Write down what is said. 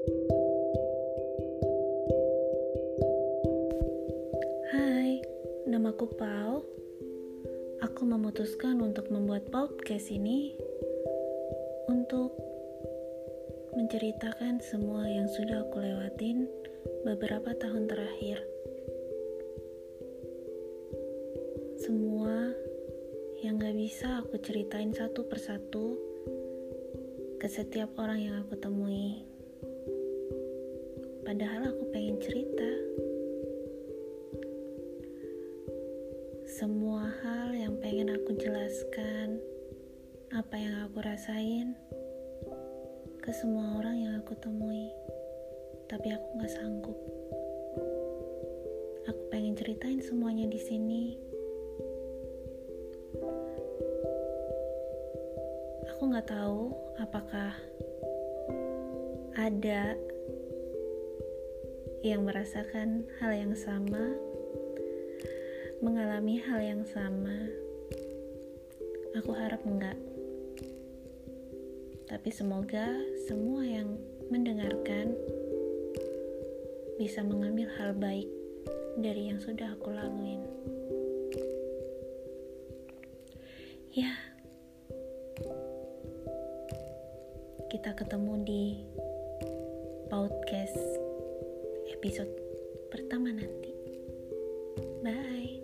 Hai, namaku Pau. Aku memutuskan untuk membuat podcast ini untuk menceritakan semua yang sudah aku lewatin beberapa tahun terakhir. Semua yang gak bisa aku ceritain satu persatu ke setiap orang yang aku temui. Padahal aku pengen cerita. Semua hal yang pengen aku jelaskan, apa yang aku rasain, ke semua orang yang aku temui. Tapi aku gak sanggup. Aku pengen ceritain semuanya di sini. Aku gak tahu apakah ada yang merasakan hal yang sama, mengalami hal yang sama. Aku harap enggak. Tapi semoga semua yang mendengarkan bisa mengambil hal baik dari yang sudah aku laluin. Ya, kita ketemu di podcast episode pertama nanti. Bye.